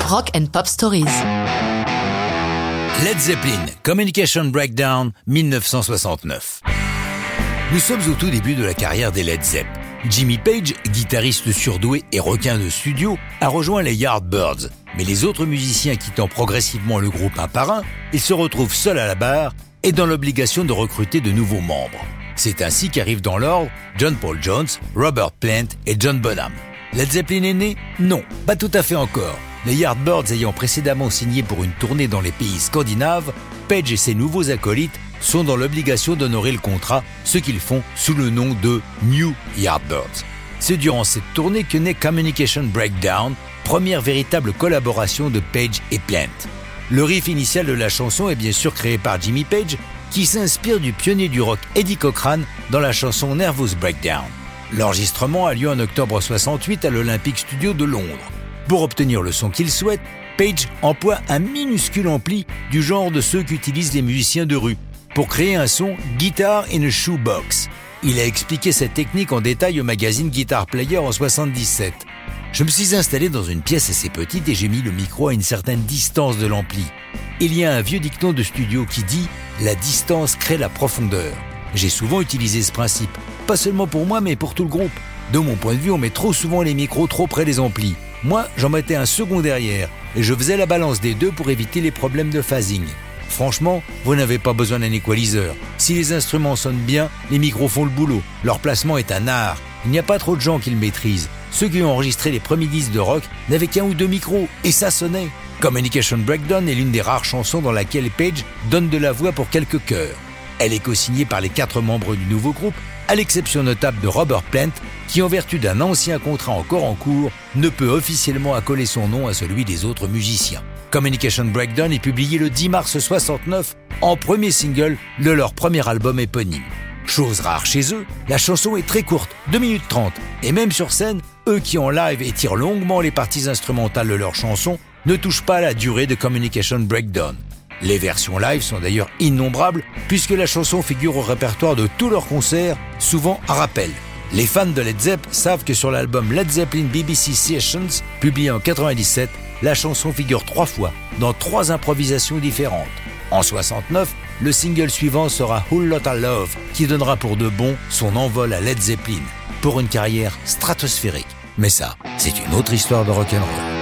Rock and Pop Stories. Led Zeppelin, Communication Breakdown, 1969. Nous sommes au tout début de la carrière des Led Zepp. Jimmy Page, guitariste surdoué et requin de studio, a rejoint les Yardbirds. Mais les autres musiciens quittant progressivement le groupe un par un, il se retrouve seul à la barre et dans l'obligation de recruter de nouveaux membres. C'est ainsi qu'arrivent dans l'ordre John Paul Jones, Robert Plant et John Bonham. Led Zeppelin est né ? Non, pas tout à fait encore. Les Yardbirds ayant précédemment signé pour une tournée dans les pays scandinaves, Page et ses nouveaux acolytes sont dans l'obligation d'honorer le contrat, ce qu'ils font sous le nom de New Yardbirds. C'est durant cette tournée que naît Communication Breakdown, première véritable collaboration de Page et Plant. Le riff initial de la chanson est bien sûr créé par Jimmy Page, qui s'inspire du pionnier du rock Eddie Cochran dans la chanson Nervous Breakdown. L'enregistrement a lieu en octobre 68 à l'Olympic Studio de Londres. Pour obtenir le son qu'il souhaite, Page emploie un minuscule ampli du genre de ceux qu'utilisent les musiciens de rue pour créer un son « guitar in a shoebox ». Il a expliqué cette technique en détail au magazine Guitar Player en 77. Je me suis installé dans une pièce assez petite et j'ai mis le micro à une certaine distance de l'ampli. Il y a un vieux dicton de studio qui dit « La distance crée la profondeur ». J'ai souvent utilisé ce principe, pas seulement pour moi mais pour tout le groupe. De mon point de vue, on met trop souvent les micros trop près des amplis. Moi, j'en mettais un second derrière et je faisais la balance des deux pour éviter les problèmes de phasing. Franchement, vous n'avez pas besoin d'un équaliseur. Si les instruments sonnent bien, les micros font le boulot. Leur placement est un art. Il n'y a pas trop de gens qui le maîtrisent. Ceux qui ont enregistré les premiers disques de rock n'avaient qu'un ou deux micros et ça sonnait. Communication Breakdown est l'une des rares chansons dans laquelle Page donne de la voix pour quelques chœurs. Elle est co-signée par les 4 membres du nouveau groupe, à l'exception notable de Robert Plant, qui en vertu d'un ancien contrat encore en cours, ne peut officiellement accoler son nom à celui des autres musiciens. Communication Breakdown est publié le 10 mars 69 en premier single de leur premier album éponyme. Chose rare chez eux, la chanson est très courte, 2 minutes 30, et même sur scène, eux qui en live étirent longuement les parties instrumentales de leur chanson, ne touchent pas à la durée de Communication Breakdown. Les versions live sont d'ailleurs innombrables puisque la chanson figure au répertoire de tous leurs concerts, souvent à rappel. Les fans de Led Zepp savent que sur l'album Led Zeppelin BBC Sessions, publié en 97, la chanson figure 3 fois, dans 3 improvisations différentes. En 69, le single suivant sera Whole Lotta Love, qui donnera pour de bon son envol à Led Zeppelin, pour une carrière stratosphérique. Mais ça, c'est une autre histoire de rock'n'roll.